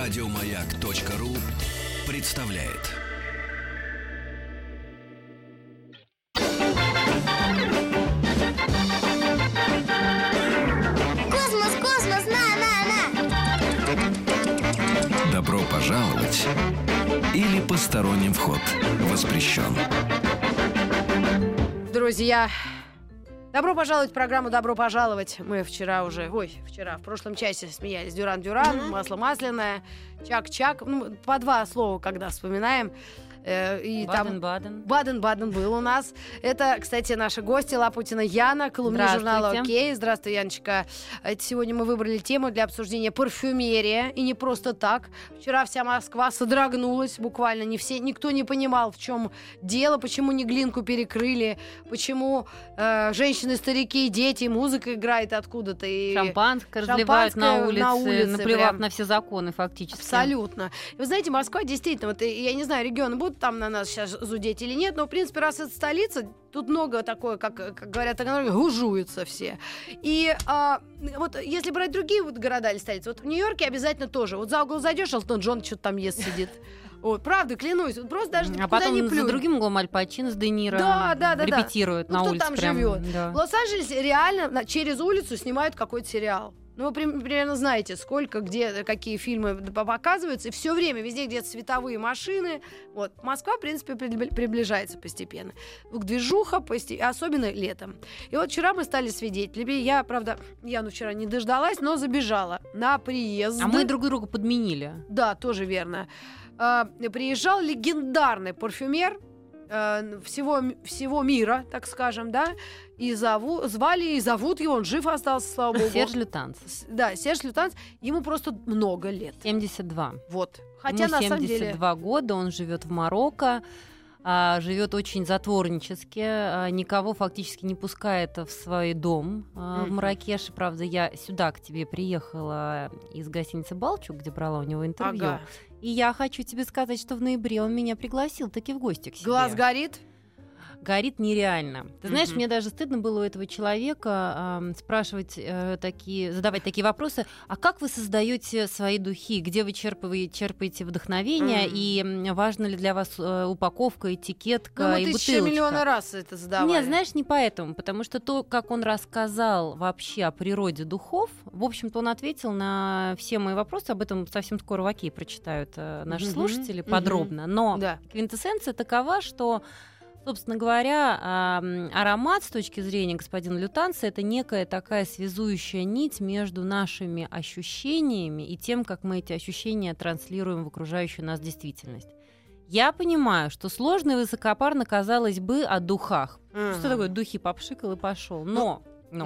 Радиомаяк.ру представляет. Космос, космос, на! Добро пожаловать или посторонним вход воспрещен. Друзья, добро пожаловать в программу «Добро пожаловать». Мы в прошлом часе смеялись. Дюран-Дюран, масло масляное, чак-чак. Ну, по два слова, когда вспоминаем. И Баден-Баден. Баден-Баден был у нас. Это, кстати, наша гостья Лапутина Яна, колумнист журнала «Окей». Здравствуй, Яночка. Сегодня мы выбрали тему для обсуждения парфюмерия. И не просто так. Вчера вся Москва содрогнулась буквально. Никто не понимал, в чем дело, почему не Глинку перекрыли, почему женщины, старики, дети, музыка играет откуда-то. И Шампанское разливают на улице, наплевав прям. на все законы фактически. Абсолютно. И вы знаете, Москва действительно, вот, я не знаю, регионы будут там на нас сейчас зудеть или нет, но, в принципе, раз это столица, тут много такое, как говорят, гужуются все. И вот если брать другие вот города или столицы, вот в Нью-Йорке обязательно тоже. Вот за угол зайдешь, Элтон Джон что-то там ест, сидит. Вот, правда, клянусь, вот просто даже а куда потом не плюнь. за другим углом Аль Пачино с Де Ниро репетируют на кто улице. там прям, живет. да. В Лос-Анджелесе реально через улицу снимают какой-то сериал. Ну, вы примерно знаете, сколько, где, какие фильмы показываются. И все время, везде где-то световые машины. Вот. Москва, в принципе, приближается постепенно. Движуха, особенно летом. И вот вчера мы стали свидетелями. Я, правда, вчера не дождалась, но забежала на приезд. А мы друг друга подменили. Да, тоже верно. Приезжал легендарный парфюмер всего мира, так скажем, да, и звали и зовут его, он жив остался, слава богу. Серж Лютанс. Да, Серж Лютанс, ему просто много лет. 72. Вот. Хотя ему на 72 самом деле... года, он живет в Марокко, живет очень затворнически, никого фактически не пускает в свой дом в Марракеше. Правда, я сюда к тебе приехала из гостиницы «Балчук», где брала у него интервью. Ага. И я хочу тебе сказать, что в ноябре он меня пригласил таки в гости к себе. Глаз горит? Горит нереально. Ты знаешь, мне даже стыдно было у этого человека задавать такие вопросы. А как вы создаете свои духи? Где вы черпаете вдохновение? И важна ли для вас упаковка, этикетка и бутылочка? 1000 миллионов раз это задавали. Нет, знаешь, не поэтому. Потому что то, как он рассказал вообще о природе духов, в общем-то, он ответил на все мои вопросы. Об этом совсем скоро в «Окей» прочитают наши слушатели подробно. Но квинтэссенция такова, что... Собственно говоря, аромат с точки зрения господина Лютанса — это некая такая связующая нить между нашими ощущениями и тем, как мы эти ощущения транслируем в окружающую нас действительность. Я понимаю, что сложно и высокопарно казалось бы о духах. Что такое духи? Попшикал и пошел. Но.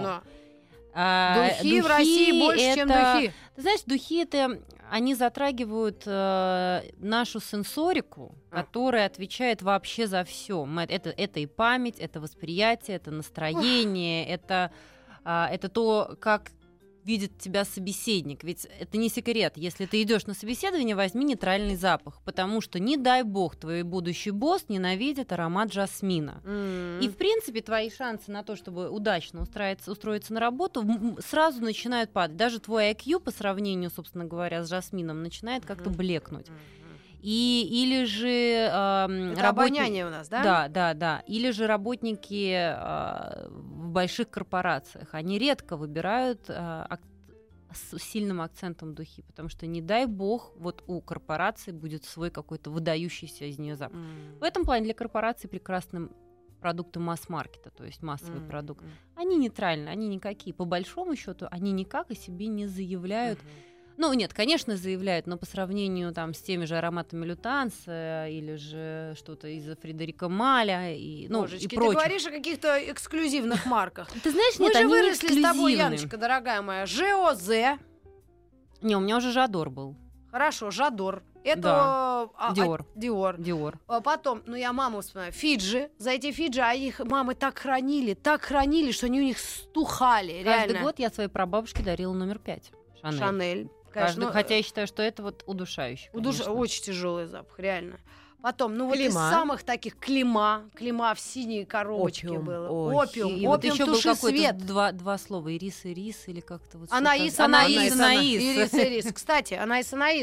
Духи в России больше, чем духи. Ты знаешь, духи они затрагивают нашу сенсорику, которая отвечает вообще за все. Это и память, это восприятие, это настроение, это то, как видит тебя собеседник. Ведь это не секрет. Если ты идешь на собеседование, возьми нейтральный запах, потому что, не дай бог, твой будущий босс ненавидит аромат жасмина. И, в принципе, твои шансы на то, чтобы удачно устроиться на работу, сразу начинают падать. Даже твой IQ по сравнению, собственно говоря, с жасмином начинает как-то блекнуть. Или же это обоняние у нас, да? Да. Или же работники в больших корпорациях, они редко выбирают с сильным акцентом духи, потому что, не дай бог, вот у корпорации будет свой какой-то выдающийся из нее запах. В этом плане для корпораций прекрасным продукты масс-маркета, то есть массовый продукт. Они нейтральны, они никакие. По большому счету, они никак о себе не заявляют. Ну, нет, конечно, заявляют, но по сравнению с теми же ароматами Лютанса или же что-то из Фредерика Маля и прочих. Ты говоришь о каких-то эксклюзивных марках. Ты знаешь, мы нет, же они выросли с тобой, Яночка, дорогая моя. ЖОЗ. Не, у меня уже Жадор был. Хорошо, Жадор. Это Диор. Потом, я маму вспоминаю, Фиджи. За эти Фиджи, их мамы так хранили, что они у них стухали. Каждый год я своей прабабушке дарила номер 5. Шанель. Хотя я считаю, что это удушающе. Очень тяжелый запах, реально. Потом, из самых таких клима в синей коробочке было. Опиум. И вот еще был какой-то два слова. Ирис или как-то вот. Анаис. Ирис. Кстати, Анаис.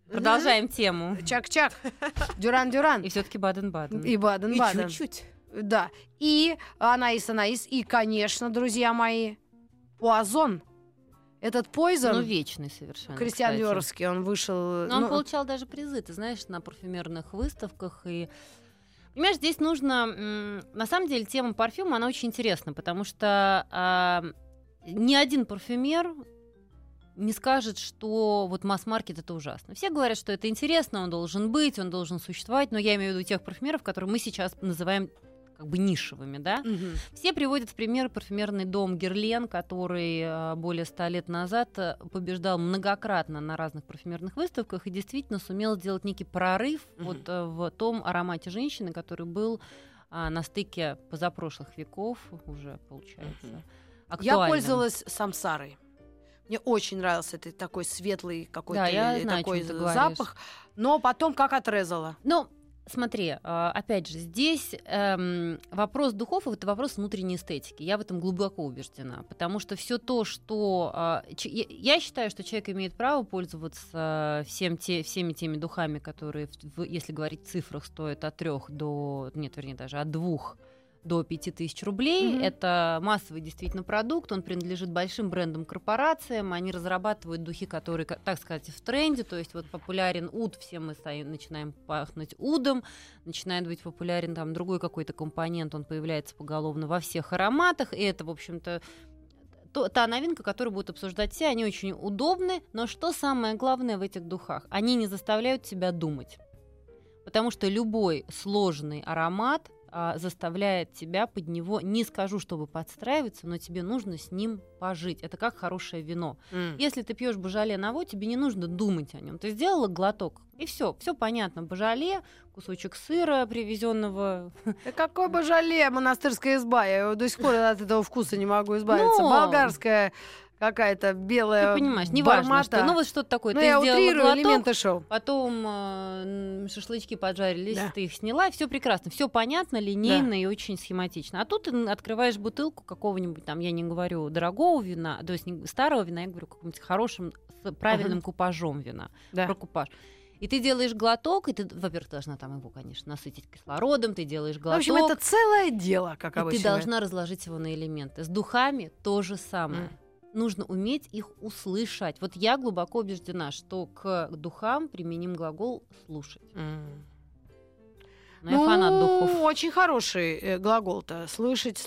Продолжаем тему. Чак-чак. Дюран-Дюран. И все-таки Баден-Баден. И Баден-Баден. И чуть-чуть. Да. И Анаис. И, конечно, друзья мои, Пуазон. Этот Пойзон. Ну, вечный совершенно. Кристиан Диоровский, он вышел. Но он получал даже призы, ты знаешь, на парфюмерных выставках. И понимаешь, здесь нужно... На самом деле, тема парфюма, она очень интересна, потому что ни один парфюмер не скажет, что вот масс-маркет — это ужасно. Все говорят, что это интересно, он должен быть, он должен существовать, но я имею в виду тех парфюмеров, которые мы сейчас называем как бы нишевыми, да? Все приводят в пример парфюмерный дом Герлен, который более 100 лет назад побеждал многократно на разных парфюмерных выставках и действительно сумел сделать некий прорыв вот в том аромате женщины, который был на стыке позапрошлых веков уже, получается, актуальным. Я пользовалась Самсарой. Мне очень нравился этот такой светлый какой-то такой запах, но потом как отрезала. Ну, смотри, опять же, здесь вопрос духов — это вопрос внутренней эстетики. Я в этом глубоко убеждена, потому что все то, что... Я считаю, что человек имеет право пользоваться всеми теми духами, которые, если говорить в цифрах, стоят от 3 до... Нет, вернее, даже от 2 до 5000 рублей. Это массовый действительно продукт, он принадлежит большим брендам, корпорациям, они разрабатывают духи, которые, так сказать, в тренде, то есть вот популярен уд, все мы начинаем пахнуть удом, начинает быть популярен там другой какой-то компонент, он появляется поголовно во всех ароматах, и это, в общем-то, та новинка, которую будут обсуждать все, они очень удобны, но что самое главное в этих духах? Они не заставляют тебя думать, потому что любой сложный аромат заставляет тебя под него, не скажу, чтобы подстраиваться, но тебе нужно с ним пожить. Это как хорошее вино. Если ты пьешь Божоле Наво, тебе не нужно думать о нем. Ты сделала глоток, и все понятно. Божоле, кусочек сыра, привезенного. Да какой Божоле, монастырская изба. Я до сих пор от этого вкуса не могу избавиться. Болгарская какая-то белая. Ты понимаешь, неважно, что. Ну вот что-то такое. Ну, ты я сделала утрирую глоток, элементы шоу. Потом шашлычки поджарились, ты их сняла, все прекрасно, все понятно, линейно и очень схематично. А тут ты открываешь бутылку какого-нибудь там, я не говорю дорогого вина, то есть не старого вина, я говорю каким-нибудь хорошим, с правильным купажом вина, про купаж. И ты делаешь глоток, и ты, во-первых, должна там его, конечно, насытить кислородом, ты делаешь глоток. В общем, это целое дело, как обычно. И ты должна разложить его на элементы. С духами то же самое. Нужно уметь их услышать. Вот я глубоко убеждена, что к духам применим глагол «слушать». Я фанат духов. Очень хороший глагол-то. Слышать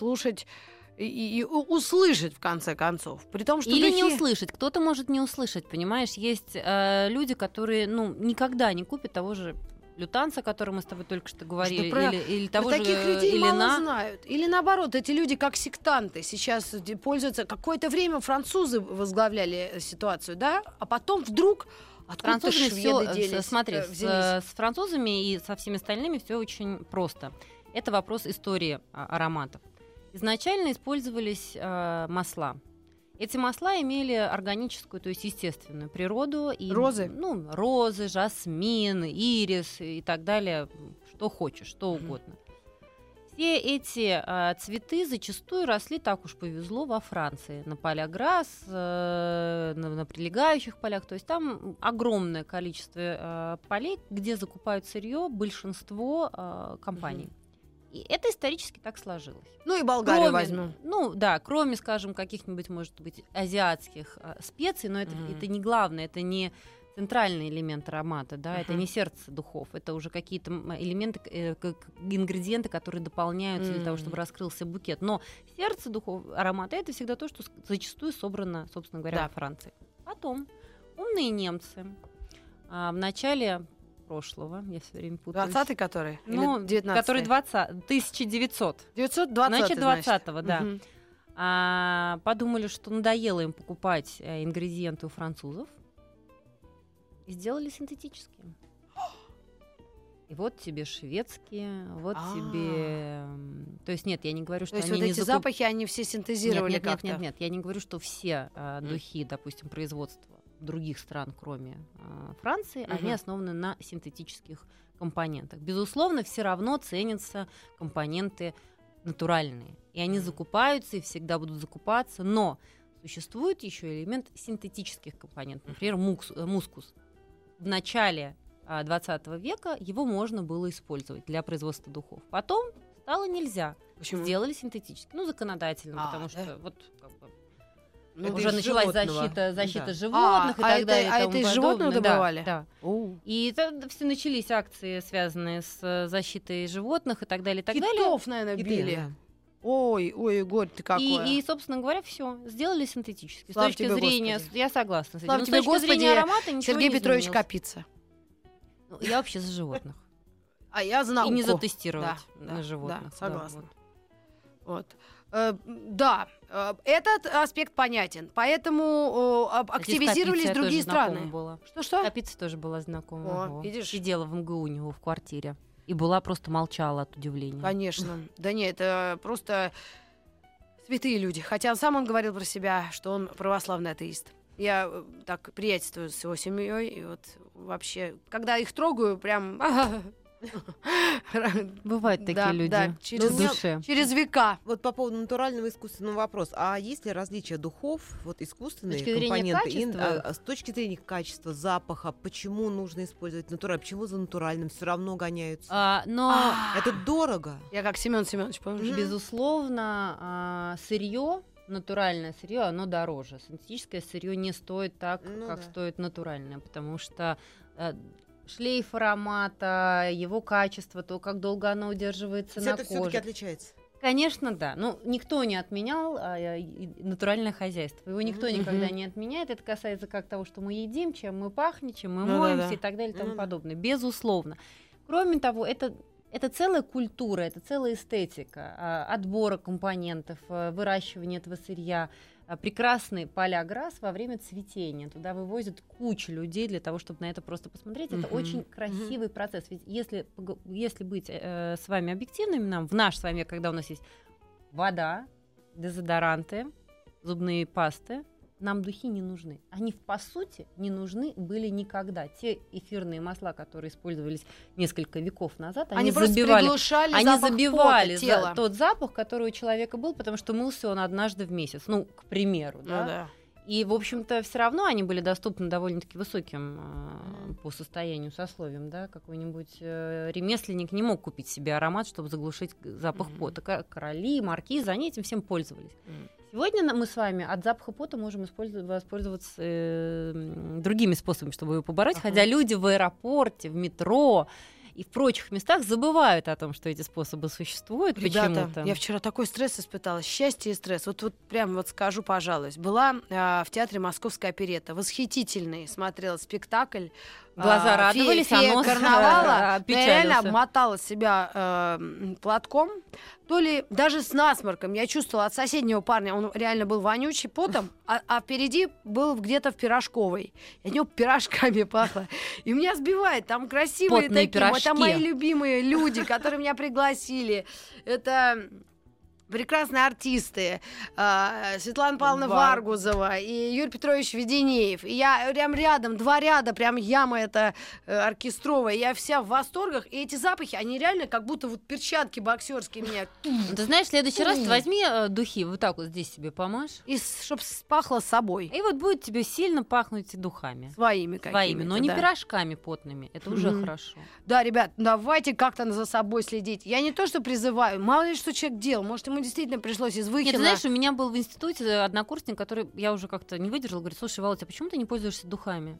и услышать, в конце концов. При том, что или не услышать. Кто-то может не услышать, понимаешь? Есть люди, которые никогда не купят того же Лютанца, о котором мы с тобой только что говорили, или того же таких людей Элена. мало знают. Или наоборот, эти люди как сектанты сейчас пользуются. Какое-то время французы возглавляли ситуацию, да? А потом вдруг откуда шведы делись? Смотри, с французами и со всеми остальными все очень просто. Это вопрос истории ароматов. Изначально использовались масла. Эти масла имели органическую, то есть естественную природу. И, розы? Розы, жасмин, ирис и так далее, что хочешь, что угодно. Все эти цветы зачастую росли, так уж повезло, во Франции. На полях Грасс, на прилегающих полях. То есть там огромное количество полей, где закупают сырье большинство компаний. И это исторически так сложилось. Ну и Болгарию возьмем. Кроме, скажем, каких-нибудь, может быть, азиатских специй, но это не главное, это не центральный элемент аромата, да, это не сердце духов, это уже какие-то элементы, ингредиенты, которые дополняются для того, чтобы раскрылся букет. Но сердце духов аромата — это всегда то, что зачастую собрано, собственно говоря, во Франции. Потом умные немцы в начале прошлого, я все время путаюсь. 20-й который? Или 19-й? Который 1900. 920-й, значит, 20-го, да. Подумали, что надоело им покупать ингредиенты у французов и сделали синтетические. И вот тебе шведские, вот тебе... То есть нет, я не говорю, что они не... То есть вот эти запахи, они все синтезировали как-то? Нет, я не говорю, что все духи, допустим, производства других стран, кроме Франции, они основаны на синтетических компонентах. Безусловно, все равно ценятся компоненты натуральные. И они закупаются, и всегда будут закупаться, но существует еще элемент синтетических компонентов, например, мускус. в начале 20 века его можно было использовать для производства духов. Потом стало нельзя. Почему? Сделали синтетически. Законодательно, потому что да? вот как бы Это уже из началась животного. защита животных и так далее. А это из животных добывали? Да. И все начались акции, связанные с защитой животных и так далее, и так далее. Китов, наверное, били. Да. Ой, горе ты какое. И, собственно говоря, все сделали синтетически. Слава с точки тебе, зрения, Господи. я согласна с этим. Слава Но тебе, с точки зрения Господи, аромата ничего Сергей не Петрович изменилось. Капица. Я вообще за животных. А я знал. И не затестировать Да, на животных. Да, согласна. вот. Да, этот аспект понятен. Поэтому активизировались Капица другие я тоже знакома страны. была. Что? Капица тоже была знакома. О, Ого. видишь? Сидела в МГУ у него в квартире. И была просто молчала от удивления. Конечно. Да нет, это просто святые люди. Хотя сам он говорил про себя, что он православный атеист. Я так приятельствую с его семьей, и вот вообще, когда их трогаю, прям... Бывают такие люди. Да, через, в душе. через века. Вот по поводу натурального и искусственного вопрос. А есть ли различия духов, вот искусственные С точки зрения компоненты, качества? с точки зрения качества, запаха, почему нужно использовать натуральное, почему за натуральным все равно гоняются? Но, Это дорого. Я как Семен Семенович, помнишь? безусловно, сырье, натуральное сырье, оно дороже. Синтетическое сырье не стоит так, Ну как да. стоит натуральное, потому что шлейф аромата, его качество, то, как долго оно удерживается на Это все-таки коже. отличается. Конечно, да. Ну, никто не отменял натуральное хозяйство. Его никто никогда Мгм. не отменяет. Это касается как того, что мы едим, чем мы пахнем, чем мы Ну моемся да-да. и так далее и тому Ну да. подобное. Безусловно. Кроме того, это целая культура, это целая эстетика отбора компонентов, выращивания этого сырья. Прекрасный поляграсс во время цветения. Туда вывозят кучу людей для того, чтобы на это просто посмотреть. Это Мгм. очень красивый процесс. Ведь если быть с вами объективными, нам в наш с вами век, когда у нас есть вода, дезодоранты, зубные пасты, нам духи не нужны. Они, по сути, не нужны были никогда. Те эфирные масла, которые использовались несколько веков назад, Они просто забивали, приглушали они запах забивали пота, тела. тот запах, который у человека был, потому что мылся он однажды в месяц. Ну, к примеру. Ну Да? да. И, в общем-то, все равно они были доступны довольно-таки высоким по состоянию сословием. Да? Какой-нибудь ремесленник не мог купить себе аромат, чтобы заглушить запах пота. Короли, маркизы, они этим всем пользовались. Сегодня мы с вами от запаха пота можем воспользоваться другими способами, чтобы его побороть, хотя люди в аэропорте, в метро и в прочих местах забывают о том, что эти способы существуют. Ребята, почему-то. я вчера такой стресс испытала, счастье и стресс. Вот прям вот скажу, пожалуйста. Была в театре Московская оперетта. Восхитительный смотрела спектакль. Глаза радовались, а фея нос карнавала. Я реально печалился. обмотала себя платком. То ли даже с насморком. Я чувствовала от соседнего парня, он реально был вонючий потом, а впереди был где-то в пирожковой. И от него пирожками пахло. И меня сбивает, там красивые Потные такие. Вот там мои пирожки. любимые люди, которые меня пригласили. Это прекрасные артисты. Светлана Павловна Варгузова и Юрий Петрович Веденеев. И я прям рядом, 2 ряда, прям яма эта оркестровая. Я вся в восторгах. И эти запахи, они реально как будто вот перчатки боксерские меня. Ты знаешь, в следующий раз ты возьми духи, вот так вот здесь себе помажь, И чтоб пахло собой. и вот будет тебе сильно пахнуть духами. Своими какими-то. Своими, но не да. пирожками потными. Это уже Мгм. хорошо. Да, ребят, давайте как-то за собой следить. Я не то, что призываю. Мало ли, что человек делал. Может, ему действительно пришлось из Нет, Выхина. ты знаешь, у меня был в институте однокурсник, который я уже как-то не выдержала, говорит: слушай, Володя, а почему ты не пользуешься духами?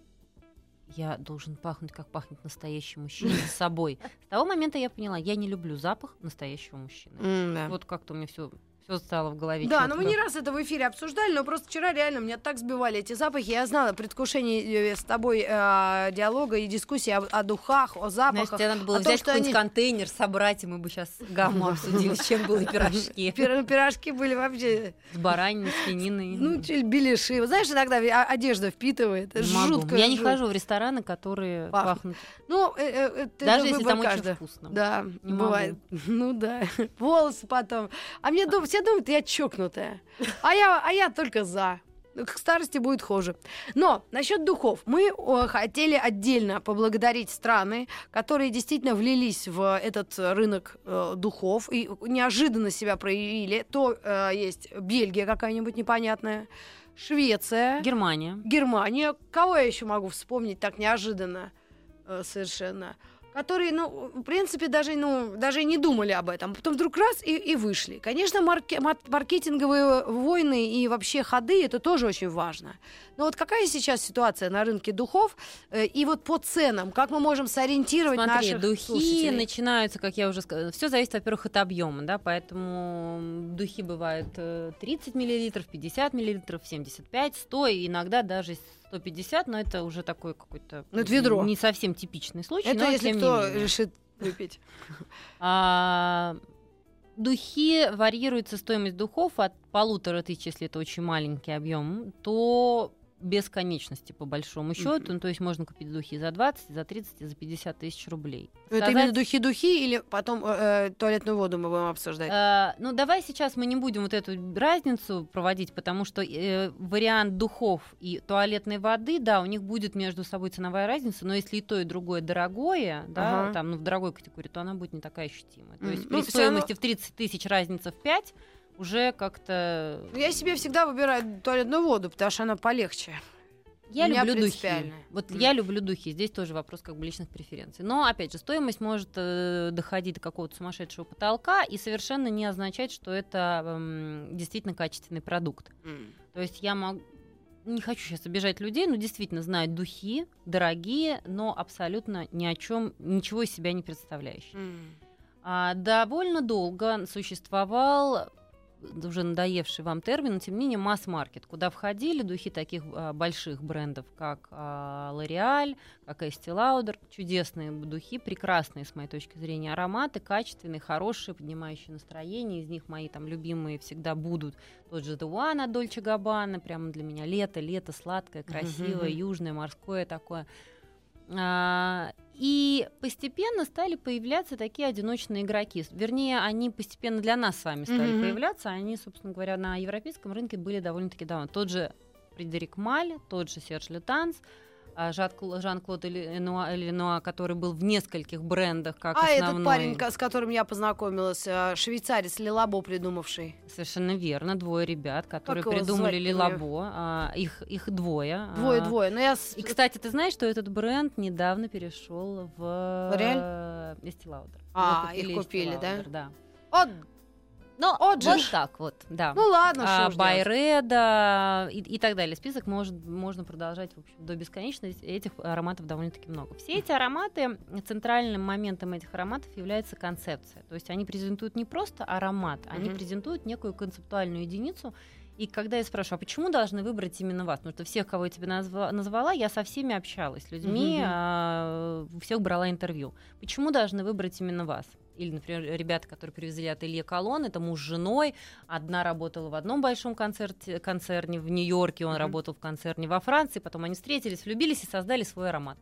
Я должен пахнуть, как пахнет настоящий мужчина, с собой. С того момента я поняла, я не люблю запах настоящего мужчины. Да. Вот как-то у меня все стало в голове. Да, чётко. но мы не раз это в эфире обсуждали, но просто вчера реально меня так сбивали эти запахи. Я знала предвкушение с тобой диалога и дискуссии о духах, о Знаешь, запахах. тебе надо было о том, взять что какой-нибудь они- контейнер, собрать, и мы бы сейчас гамму обсудили, с чем были пирожки. Пирожки были вообще, С бараниной, свининой. ну, чуть беляши. Вот знаешь, иногда одежда впитывает. Это Не могу. жутко. Я не жутко. хожу в рестораны, которые Пахнут. пахнут. Ну, это Даже если выбор там очень каждого. вкусно. Да, Не бывает. Ну да. Волосы потом. А мне все думают, я чокнутая. А я только за. К старости будет хуже. Но насчет духов. Мы хотели отдельно поблагодарить страны, которые действительно влились в этот рынок духов и неожиданно себя проявили. То есть Бельгия какая-нибудь непонятная, Швеция. Германия. Кого я еще могу вспомнить так неожиданно совершенно? Которые, в принципе, даже и не думали об этом. Потом вдруг раз и вышли. Конечно, маркетинговые войны и вообще ходы, это тоже очень важно. Но вот какая сейчас ситуация на рынке духов? И вот по ценам, как мы можем сориентировать наших слушателей? Духи начинаются, как я уже сказала, все зависит, во-первых, от объема, да, поэтому духи бывают 30 мл, 50 мл, 75, 100, и иногда даже 150, но это уже такой какой-то не совсем типичный случай. Это если кто решит выпить. Духи, варьируется стоимость духов от 1500, если это очень маленький объем, то бесконечности, по большому счету. То есть можно купить духи за 20, за 30, за 50 тысяч рублей. Это именно духи или потом туалетную воду мы будем обсуждать? Давай сейчас мы не будем вот эту разницу проводить, потому что вариант духов и туалетной воды, да, у них будет между собой ценовая разница, но если и то, и другое дорогое, да, там, в дорогой категории, то она будет не такая ощутимая. То есть при стоимости в 30 тысяч разница в 5 уже как-то... Я себе всегда выбираю туалетную воду, потому что она полегче. Я люблю духи. Я люблю духи. Здесь тоже вопрос как бы личных преференций. Но, опять же, стоимость может доходить до какого-то сумасшедшего потолка и совершенно не означать, что это действительно качественный продукт. То есть я не хочу сейчас обижать людей, но действительно знают духи, дорогие, но абсолютно ни о чем, ничего из себя не представляющие. Довольно долго существовал уже надоевший вам термин, но тем не менее масс-маркет, куда входили духи таких больших брендов, как L'Oréal, как Estée Lauder, чудесные духи, прекрасные, с моей точки зрения, ароматы, качественные, хорошие, поднимающие настроение, из них мои там любимые всегда будут тот же The One от Dolce Gabbana, прямо для меня лето, сладкое, красивое, южное, морское такое. И постепенно стали появляться такие одиночные игроки. Вернее, они постепенно для нас с вами стали появляться. Они, собственно говоря, на европейском рынке были довольно-таки давно. Тот же Фредерик Маль, тот же Серж Лютанс, Жан-Клод Эленуа, который был в нескольких брендах как основной. Этот парень, с которым я познакомилась, швейцарец Лилабо придумавший. Совершенно верно. Двое ребят, которые придумали Лилабо. Их двое. Двое. Но И, кстати, ты знаешь, что этот бренд недавно перешел в Estée Lauder. Их купили, да? Вот так вот, да. Ну ладно, что Байреда и так далее. Список можно продолжать, в общем, до бесконечности. Этих ароматов довольно-таки много. Все эти ароматы, центральным моментом этих ароматов является концепция. То есть они презентуют не просто аромат, они презентуют некую концептуальную единицу. И когда я спрашиваю, а почему должны выбрать именно вас? Потому что всех, кого я тебе назвала, я со всеми общалась, с людьми, всех брала интервью. Почему должны выбрать именно вас? Или, например, ребята, которые привезли ателье Колон, это муж с женой. Одна работала в одном большом концерне в Нью-Йорке, он работал в концерне во Франции, потом они встретились, влюбились и создали свой аромат.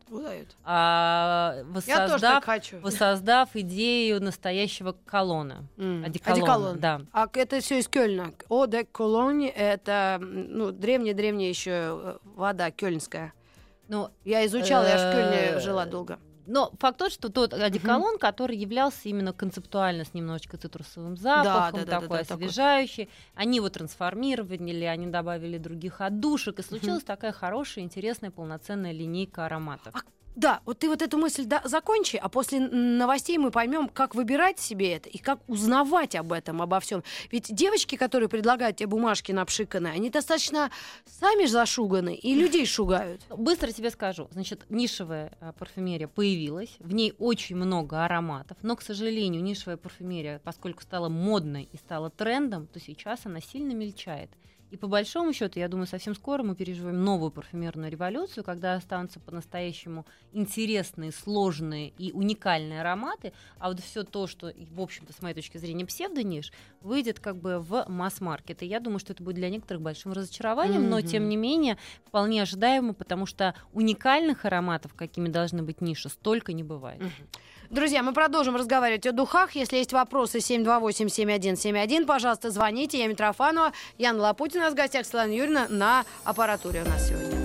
Воссоздав идею настоящего колона. Одеколон. Да. А это все из Кёльна. Eau de Cologne — это древняя еще вода кёльнская. Я изучала, я же в Кёльне жила долго. Но факт тот, что тот одеколон, который являлся именно концептуально с немножечко цитрусовым запахом, такой освежающий, они его трансформировали, они добавили других отдушек, и случилась такая хорошая, интересная, полноценная линейка ароматов. Да, вот ты вот эту мысль закончи, а после новостей мы поймем, как выбирать себе это и как узнавать об этом, обо всем. Ведь девочки, которые предлагают тебе бумажки напшиканные, они достаточно сами же зашуганы и людей шугают. Быстро тебе скажу. Значит, нишевая парфюмерия появилась, в ней очень много ароматов, но, к сожалению, нишевая парфюмерия, поскольку стала модной и стала трендом, то сейчас она сильно мельчает. И по большому счету, я думаю, совсем скоро мы переживем новую парфюмерную революцию, когда останутся по-настоящему интересные, сложные и уникальные ароматы, а вот все то, что, в общем-то, с моей точки зрения, псевдониш, выйдет как бы в масс-маркет. И я думаю, что это будет для некоторых большим разочарованием, но, тем не менее, вполне ожидаемо, потому что уникальных ароматов, какими должны быть ниши, столько не бывает. Друзья, мы продолжим разговаривать о духах. Если есть вопросы, 728-7171, пожалуйста, звоните. Я Митрофанова, Яна Лапутина, в гостях Светлана Юрьевна на аппаратуре у нас сегодня.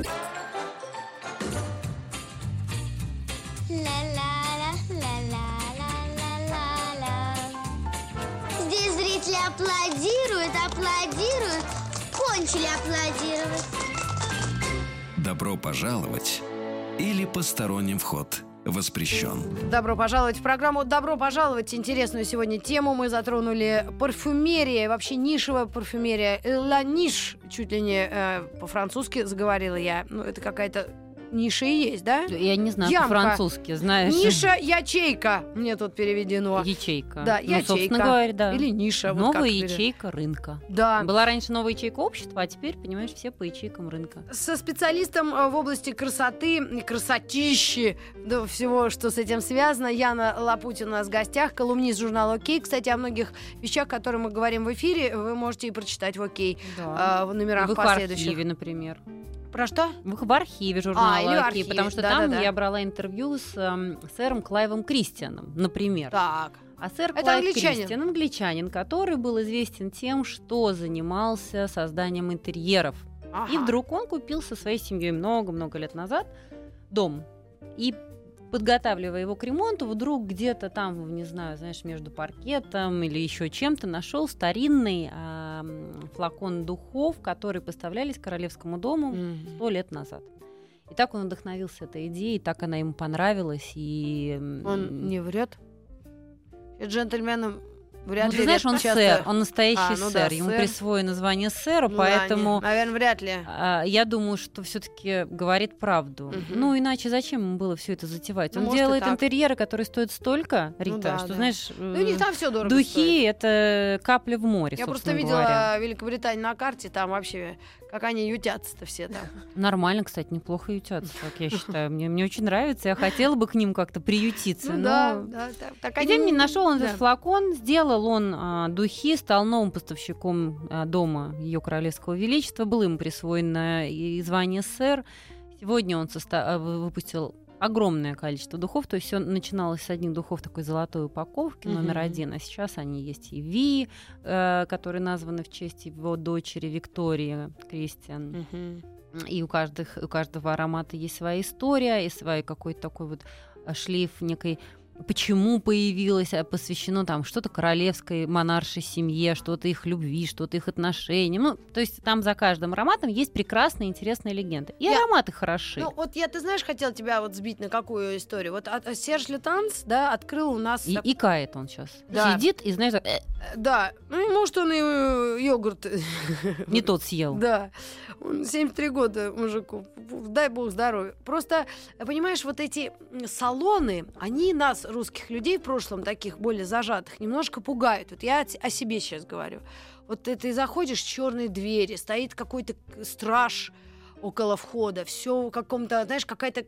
Здесь зрители аплодируют. начали аплодировать. Добро пожаловать или посторонним вход воспрещен. Добро пожаловать в программу «Добро пожаловать». Интересную сегодня тему мы затронули. Парфюмерия, вообще нишевая парфюмерия. «La niche», чуть ли не по-французски заговорила я. Ну, это какая-то ниша и есть, да? Я не знаю, Ямка. по-французски, знаешь. Ниша, ячейка. Мне тут переведено. Ячейка. Да, Ну, ячейка. собственно говоря, да. Или ниша. вот Новая как ячейка рынка. Да. Была раньше новая ячейка общества, а теперь, понимаешь, все по ячейкам рынка. Со специалистом в области красоты, красотищи, да, всего, что с этим связано. Яна Лапутина у нас в гостях, колумнист журнала «Окей». Кстати, о многих вещах, которые мы говорим в эфире, вы можете и прочитать в «Окей», в номерах В их последующих. архиве, например. Про что? В архиве журнала или в «Окей», архиве, потому что да-да-да. там я брала интервью с сэром Клайвом Кристианом, например. Так. А сэр Это Клайв англичанин. Кристиан, англичанин, который был известен тем, что занимался созданием интерьеров. Ага. И вдруг он купил со своей семьей много-много лет назад дом. И, подготавливая его к ремонту, вдруг где-то там, не знаю, знаешь, между паркетом или еще чем-то нашел старинный флакон духов, которые поставлялись Королевскому дому 100 лет назад. И так он вдохновился этой идеей, так она ему понравилась. И Он не врет? Джентльменам вряд ну, ли ты знаешь, редко он часто... сэр, он настоящий ну сэр. да, Ему сэр. присвоено звание сэра, Ну поэтому... да, наверное, вряд ли. Я думаю, что все-таки говорит правду. Мгм. Ну, иначе зачем ему было все это затевать? Ну, Он может, и делает так. интерьеры, которые стоят столько, Рита, да, что, да. знаешь, Ну, у них там все дорого духи стоит. это капля в море, Я просто собственно видела говоря. Великобританию на карте, там вообще, как они ютятся-то все там. Нормально, кстати, неплохо ютятся, как я считаю. Мне очень нравится, я хотела бы к ним как-то приютиться. Ну но... да, так И они... тем не менее, нашел он этот да. флакон, сделал он духи, стал новым поставщиком дома Ее Королевского Величества, было ему присвоено и звание сэр. Сегодня он выпустил огромное количество духов, то есть все начиналось с одних духов такой золотой упаковки, номер 1, а сейчас они есть и Ви, которые названы в честь его дочери Виктории Кристиан. И у каждого аромата есть своя история, и свой какой-то такой вот шлейф некой почему появилось, посвящено там что-то королевской монаршей семье, что-то их любви, что-то их отношениям. Ну, то есть там за каждым ароматом есть прекрасные, интересные легенды. И ароматы хороши. Ну, вот ты знаешь, хотела тебя вот сбить на какую историю. Вот Серж Лютанс, да, открыл у нас... И кает он сейчас. Да. Сидит и, знаешь, Да, ну, может, он и йогурт... не тот съел. Да, он 73 года мужику, дай бог здоровья. Просто, понимаешь, вот эти салоны, они нас, русских людей в прошлом, таких более зажатых, немножко пугают. Вот я о себе сейчас говорю. Вот ты заходишь в черные двери, стоит какой-то страж около входа, все в каком-то, знаешь, какая-то,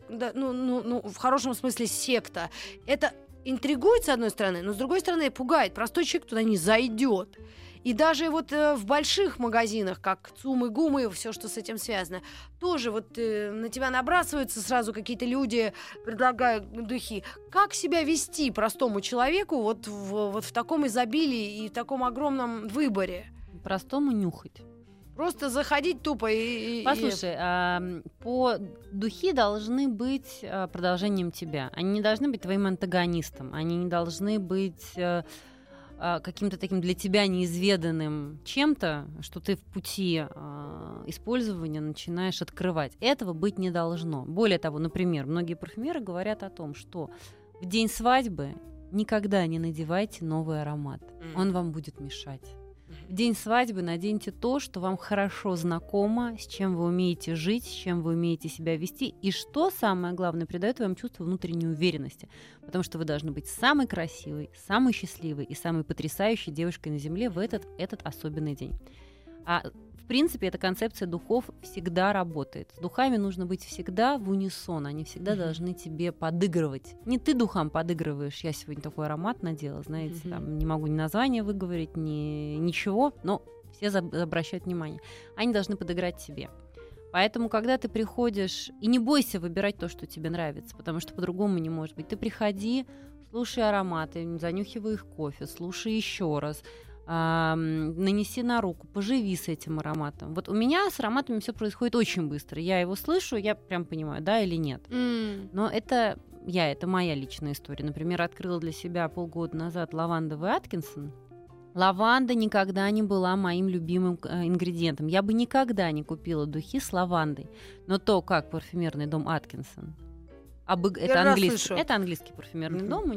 ну, в хорошем смысле секта. Это интригует, с одной стороны, но с другой стороны пугает. Простой человек туда не зайдет. И даже вот в больших магазинах, как ЦУМ и ГУМ, и все, что с этим связано, тоже вот на тебя набрасываются сразу какие-то люди, предлагают духи. Как себя вести простому человеку вот в таком изобилии и в таком огромном выборе? Простому нюхать. Просто заходить тупо и... Послушай, духи должны быть продолжением тебя. Они не должны быть твоим антагонистом. Они не должны быть... каким-то таким для тебя неизведанным чем-то, что ты в пути использования начинаешь открывать. Этого быть не должно. Более того, например, многие парфюмеры говорят о том, что в день свадьбы никогда не надевайте новый аромат. Он вам будет мешать. В день свадьбы наденьте то, что вам хорошо знакомо, с чем вы умеете жить, с чем вы умеете себя вести, и что, самое главное, придает вам чувство внутренней уверенности. Потому что вы должны быть самой красивой, самой счастливой и самой потрясающей девушкой на земле в этот особенный день. А в принципе, эта концепция духов всегда работает. С духами нужно быть всегда в унисон, они всегда должны тебе подыгрывать. Не ты духам подыгрываешь, я сегодня такой аромат надела, знаете, там, не могу ни название выговорить, ни ничего, но все обращают внимание. Они должны подыграть тебе. Поэтому, когда ты приходишь, и не бойся выбирать то, что тебе нравится, потому что по-другому не может быть. Ты приходи, слушай ароматы, занюхивай их кофе, слушай еще раз, нанеси на руку, поживи с этим ароматом. Вот у меня с ароматами все происходит очень быстро. Я его слышу, я прям понимаю, да или нет. Но это моя личная история. Например, открыла для себя полгода назад лавандовый Аткинсон. Лаванда никогда не была моим любимым ингредиентом. Я бы никогда не купила духи с лавандой. Но то, как парфюмерный дом Аткинсон, это английский парфюмерный дом, у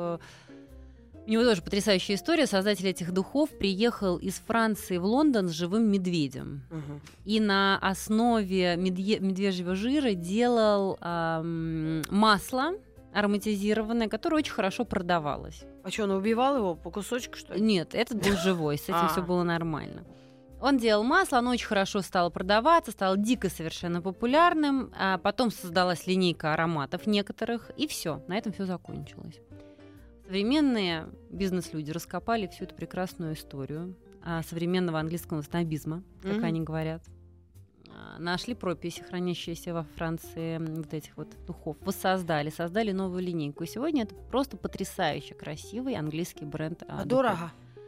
него тоже потрясающая история. Создатель этих духов приехал из Франции в Лондон с живым медведем. И на основе медвежьего жира делал масло ароматизированное, которое очень хорошо продавалось. А что, он убивал его по кусочку, что ли? Нет, этот был живой, с этим все было нормально. Он делал масло, оно очень хорошо стало продаваться, стало дико совершенно популярным, а потом создалась линейка ароматов некоторых, и все, на этом все закончилось. Современные бизнес-люди раскопали всю эту прекрасную историю современного английского снобизма, как они говорят. Нашли прописи, хранящиеся во Франции вот этих вот духов, создали новую линейку. И сегодня это просто потрясающе красивый английский бренд. А дорого?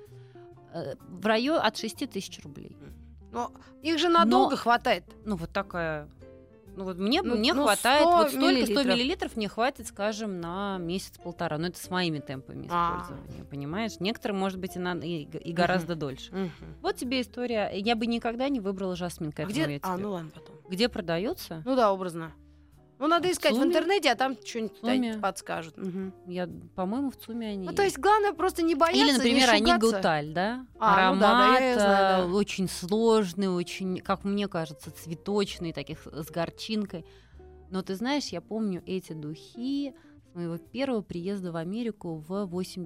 В районе от 6 тысяч рублей. Но их же надолго хватает. Ну, вот такая... Ну, вот мне хватает, 100 вот столько, 100 миллилитров мне хватит, скажем, на месяц-полтора. Но это с моими темпами использования, понимаешь? Некоторым, может быть, и гораздо дольше. Вот тебе история. Я бы никогда не выбрала жасмин к этому. Где? Ну ладно, потом. Где продается? Ну да, образно. Ну, надо искать в интернете, а там что-нибудь подскажут. По-моему, в ЦУМе они то есть главное просто не бояться. Или, например, не они Гуталь, да? Аромат очень сложный, очень, как мне кажется, цветочный, таких с горчинкой. Но ты знаешь, я помню эти духи с моего первого приезда в Америку в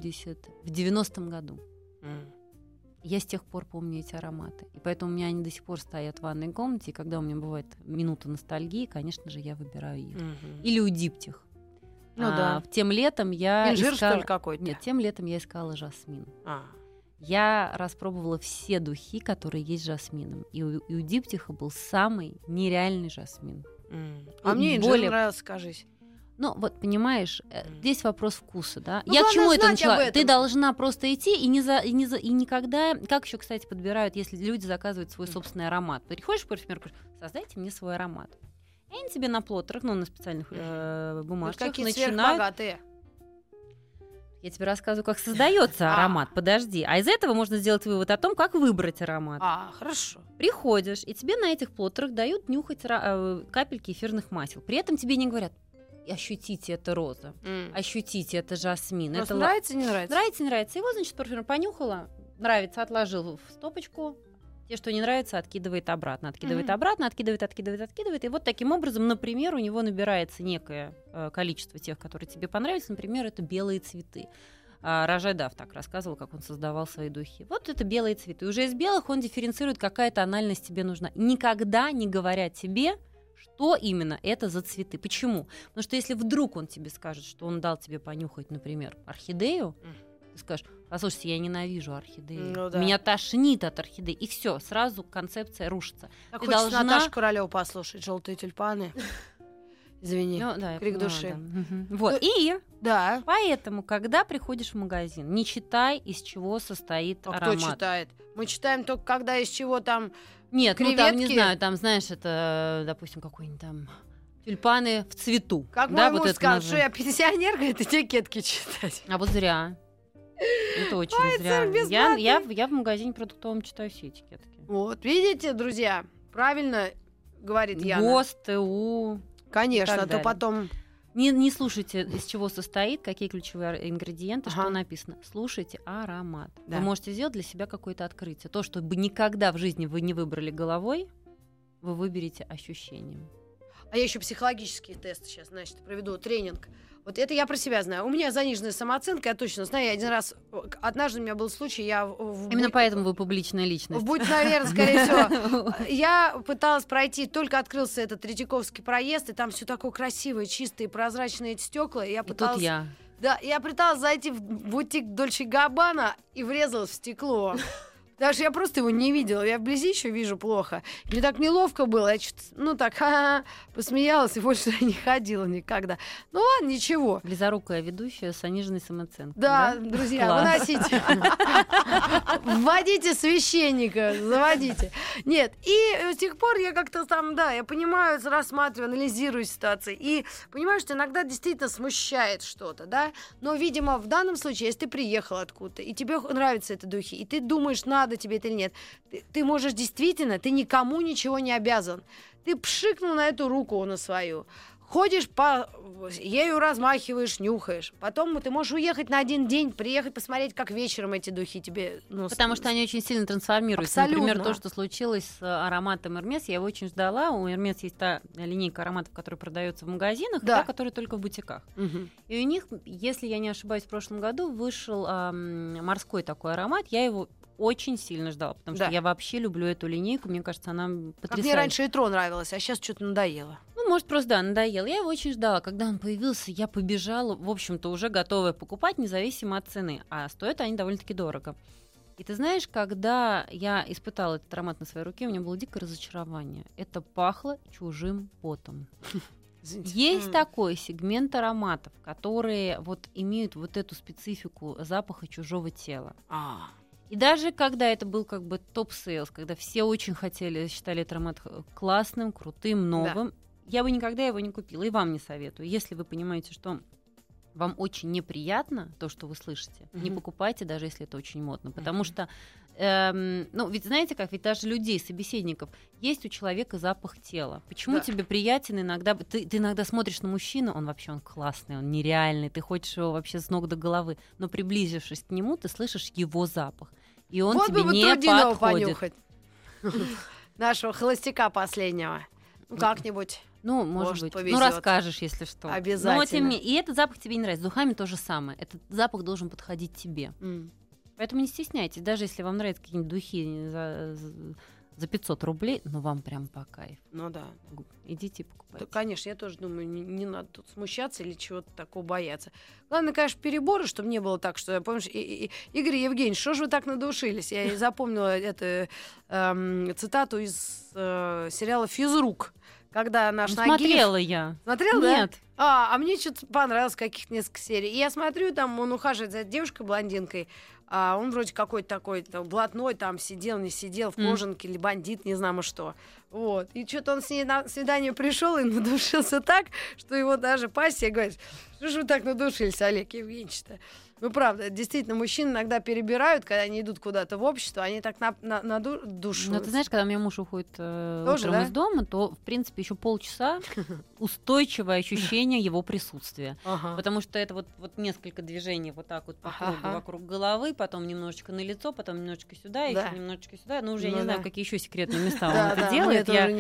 90-м году. Я с тех пор помню эти ароматы. И поэтому у меня они до сих пор стоят в ванной комнате. И когда у меня бывает минута ностальгии, конечно же, я выбираю их. Или у Диптих. Да. Тем летом я Инжир, что ли, какой-то? Нет, тем летом я искала жасмин. Я распробовала все духи, которые есть с жасмином. И у Диптиха был самый нереальный жасмин. А мне инжир нравился, скажись. Ну, вот, понимаешь, здесь вопрос вкуса, да? Я к чему это начала? Ты должна просто идти и никогда... Как еще, кстати, подбирают, если люди заказывают свой собственный аромат? Приходишь в парфюмер, создайте мне свой аромат. И они тебе на плоттерах, на специальных бумажках начинают... сверхбогатые. Я тебе рассказываю, как создается аромат. Подожди. А из этого можно сделать вывод о том, как выбрать аромат. Хорошо. Приходишь, и тебе на этих плоттерах дают нюхать капельки эфирных масел. При этом тебе не говорят: ощутите, это роза, ощутите, это жасмин. Это нравится, не нравится? Нравится, не нравится. Его, значит, парфюмер понюхала, нравится, отложил в стопочку. Те, что не нравится, откидывает обратно. Откидывает. И вот таким образом, например, у него набирается некое количество тех, которые тебе понравились. Например, это белые цветы. Рожай Дав так рассказывал, как он создавал свои духи. Вот это белые цветы. Уже из белых он дифференцирует, какая тональность тебе нужна. Никогда не говоря тебе, что именно это за цветы. Почему? Потому что если вдруг он тебе скажет, что он дал тебе понюхать, например, орхидею, ты скажешь: послушайте, я ненавижу орхидеи. Меня тошнит от орхидей. И все, сразу концепция рушится. Так хочется Наташу Королеву послушать, «Желтые тюльпаны». Извини, крик души. Вот. Поэтому, когда приходишь в магазин, не читай, из чего состоит аромат. Кто читает? Мы читаем только, когда из чего там... Нет, креветки. Ну там, не знаю, там, знаешь, это, допустим, какой-нибудь там тюльпаны в цвету. Как да, мой муж сказал, что я пенсионерка, это этикетки читать. А вот зря. Это очень зря. Я в магазине продуктовом читаю все этикетки. Вот, видите, друзья, правильно говорит Яна. ГОСТ, ТУ. Конечно, то потом... Не слушайте, из чего состоит, какие ключевые ингредиенты, что написано. Слушайте аромат. Да. Вы можете сделать для себя какое-то открытие. То, что бы никогда в жизни вы не выбрали головой, вы выберете ощущением. А я еще психологические тесты сейчас, значит, проведу тренинг. Вот это я про себя знаю. У меня заниженная самооценка, я точно знаю. Я один раз, однажды у меня был случай, Именно поэтому вы публичная личность. Наверное, скорее всего. Я пыталась пройти, только открылся этот Третьяковский проезд, и там все такое красивое, чистые, прозрачные эти стекла. И тут я. Да, я пыталась зайти в бутик Дольче Габбана и врезалась в стекло. Даже я просто его не видела. Я вблизи еще вижу плохо. Мне так неловко было. Я что-то, посмеялась и больше не ходила никогда. Ну ладно, ничего. Близорукая ведущая с заниженной самооценкой. Да, друзья, выносите. Вводите священника, заводите. Нет, и с тех пор я как-то там, я понимаю, рассматриваю, анализирую ситуации. И понимаю, что иногда действительно смущает что-то, да. Но, видимо, в данном случае, если ты приехал откуда-то, и тебе нравятся эти духи, и ты думаешь, надо тебе это или нет, ты можешь действительно, ты никому ничего не обязан. Ты пшикнул на эту руку, на свою, ходишь ею размахиваешь, нюхаешь. Потом ты можешь уехать на один день, приехать посмотреть, как вечером эти духи тебе... Потому что они очень сильно трансформируются. Абсолютно. Например, то, что случилось с ароматом Hermès, я его очень ждала. У Hermès есть та линейка ароматов, которая продается в магазинах, и та, которая только в бутиках. Угу. И у них, если я не ошибаюсь, в прошлом году вышел морской такой аромат. Я его очень сильно ждала, потому что я вообще люблю эту линейку. Мне кажется, она потрясающая. Мне раньше Этро нравилось, а сейчас что-то надоело. Может, просто, надоело. Я его очень ждала. Когда он появился, я побежала, в общем-то, уже готовая покупать, независимо от цены. А стоят они довольно-таки дорого. И ты знаешь, когда я испытала этот аромат на своей руке, у меня было дикое разочарование. Это пахло чужим потом. Есть такой сегмент ароматов, которые имеют эту специфику запаха чужого тела. И даже когда это был как бы топ-сейлс, когда все очень считали этот аромат классным, крутым, новым, я бы никогда его не купила, и вам не советую. Если вы понимаете, что вам очень неприятно то, что вы слышите, не покупайте, даже если это очень модно. Потому что, ведь знаете как, ведь даже людей, собеседников, есть у человека запах тела. Почему тебе приятен иногда... Ты иногда смотришь на мужчину, он классный, он нереальный, ты хочешь его вообще с ног до головы, но приблизившись к нему, ты слышишь его запах. И он тебе не подходит. Нашего холостяка последнего. Как-нибудь. Может быть. Повезет. Расскажешь, если что. Обязательно. И этот запах тебе не нравится. С духами то же самое. Этот запах должен подходить тебе. Поэтому не стесняйтесь. Даже если вам нравятся какие-нибудь духи за 500 рублей, но вам прям по кайфу. Идите и покупайте. Да, конечно, я тоже думаю, не надо тут смущаться или чего-то такого бояться. Главное, конечно, переборы, чтобы не было так, что, помнишь, Игорь Евгеньевич, что же вы так надушились? Я запомнила эту цитату из сериала «Физрук». Когда наш Нагиев... Смотрела я. Смотрела, Нет. Да? А мне что-то понравилось, каких-то несколько серий. И я смотрю, там он ухаживает за девушкой-блондинкой, а он вроде какой-то такой блатной, там сидел, не сидел, в кожанке или бандит, не знаю что. Вот. И что-то он с ней на свидание пришел и надушился так, что его даже пассия говорит, что же вы так надушились, Олег Евгеньевич-то? Правда, действительно, мужчины иногда перебирают, когда они идут куда-то в общество, они так надушиваются. Но ты знаешь, когда у меня муж уходит утром из дома, то, в принципе, еще полчаса устойчивое ощущение его присутствия. Потому что это несколько движений по кругу вокруг головы, потом немножечко на лицо, потом немножечко сюда, еще немножечко сюда. Ну, уже я не знаю, какие еще секретные места он это делает. Я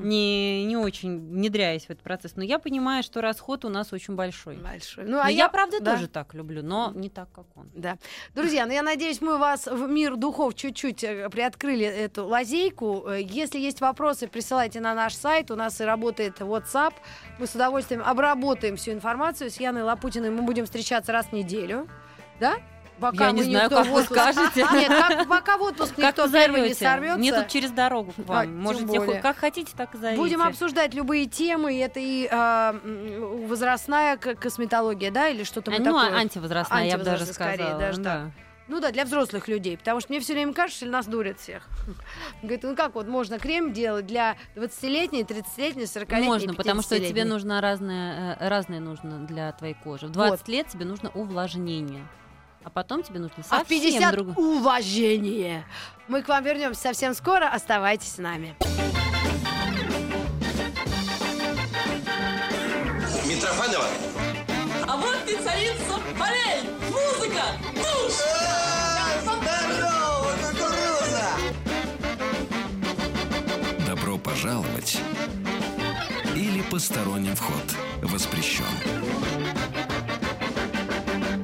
не очень внедряюсь в этот процесс. Но я понимаю, что расход у нас очень большой. Но я, правда, тоже так люблю, но не так, как он. Да. Друзья, я надеюсь, мы вас в мир духов чуть-чуть приоткрыли эту лазейку. Если есть вопросы, присылайте на наш сайт. У нас и работает WhatsApp. Мы с удовольствием обработаем всю информацию. С Яной Лапутиной мы будем встречаться раз в неделю. Да? Пока я не знаю, как вы скажете. Нет, пока в отпуск никто первый не сорвется. Мне тут через дорогу к вам. Можете как хотите, так и зовите. Будем обсуждать любые темы. Это и возрастная косметология, да, или что-то такое. Антивозрастная, я бы даже сказала. Даже так. Для взрослых людей, потому что мне все время кажется, что нас дурят всех. Говорит, как можно крем делать для 20-летней, 30-летней, 40-летней, Можно, потому что тебе нужно разное нужно для твоей кожи. В 20 лет тебе нужно увлажнение. А потом тебе нужно совсем в 50 уважение. Мы к вам вернемся совсем скоро. Оставайтесь с нами. Митрофанова. А вот пиццарица. Болей! Музыка! Душ! Здорово, кукуруза! Добро пожаловать или посторонним вход воспрещен.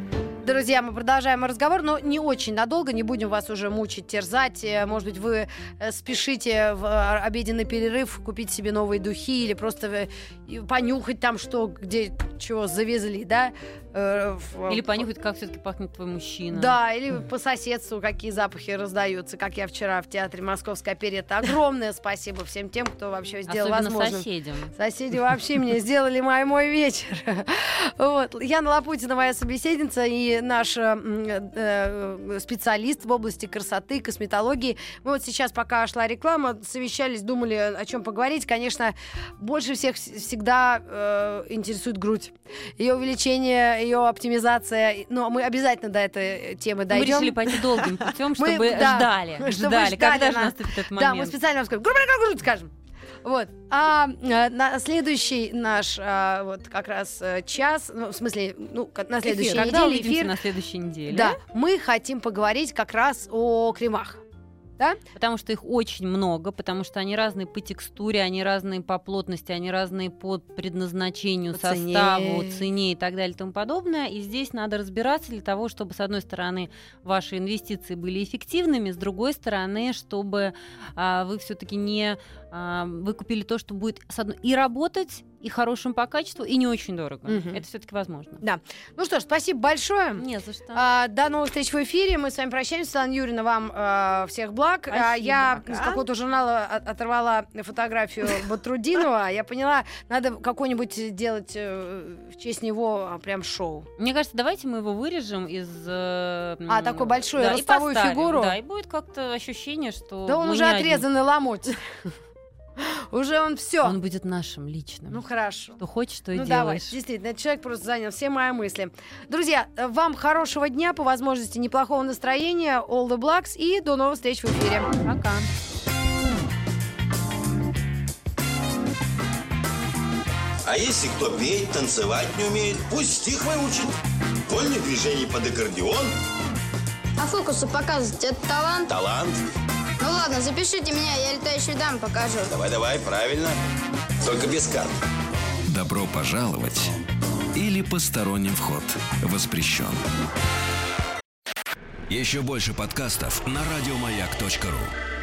Друзья, мы продолжаем разговор, но не очень надолго, не будем вас уже мучить, терзать. Может быть, вы спешите в обеденный перерыв купить себе новые духи или просто понюхать там, что, где, чего завезли, да? Или понюхать, как все-таки пахнет твой мужчина. Да, или по соседству какие запахи раздаются, как я вчера в театре «Московская оперетта». Огромное спасибо всем тем, кто вообще сделал особенно возможным. соседям. Соседи вообще мне сделали мой вечер. Вот. Яна Лапутина, моя собеседница, и наш специалист в области красоты, косметологии. Мы вот сейчас, пока шла реклама, совещались, думали, о чем поговорить. Конечно, больше всех всегда интересует грудь. Ее увеличение, ее оптимизация. Но мы обязательно до этой темы дойдем. Мы решили пойти долгим путем, чтобы ждали. Когда же наступит этот момент? Да, мы специально вам скажем, грудь скажем. Вот. А на следующий наш вот как раз час, ну, в смысле, ну, на следующей эфир. Когда неделе эфир. На следующей неделе. Да, мы хотим поговорить как раз о кремах. Да? Потому что их очень много, потому что они разные по текстуре, они разные по плотности, они разные по предназначению, по составу, цене и так далее и тому подобное. И здесь надо разбираться для того, чтобы, с одной стороны, ваши инвестиции были эффективными, с другой стороны, чтобы вы все-таки не выкупили то, что будет и работать, и хорошим по качеству, и не очень дорого. Это все-таки возможно. Да. Ну что ж, спасибо большое. Не за что. До новых встреч в эфире. Мы с вами прощаемся. Светлана Юрьевна, вам всех благ. Я из какого-то журнала оторвала фотографию Батрутдинова. Я поняла, надо какое-нибудь делать в честь него прям шоу. Мне кажется, давайте мы его вырежем из... такой большой, ростовую фигуру. Да, и будет как-то ощущение, что... Да он уже отрезанный ломоть. Уже он все. Он будет нашим личным. Ну хорошо. Что хочешь, то и делаешь. Давай. Действительно, этот человек просто занял все мои мысли. Друзья, вам хорошего дня, по возможности неплохого настроения. All the Blacks и до новых встреч в эфире. Пока. А если кто петь, танцевать не умеет, пусть стих выучит. Вольных движений под аккордеон. А фокусы показывать — это талант? Талант. Ну ладно, запишите меня, я летающую даму покажу. Давай, правильно. Только без карт. Добро пожаловать или посторонним вход воспрещен. Еще больше подкастов на радиомаяк.ру.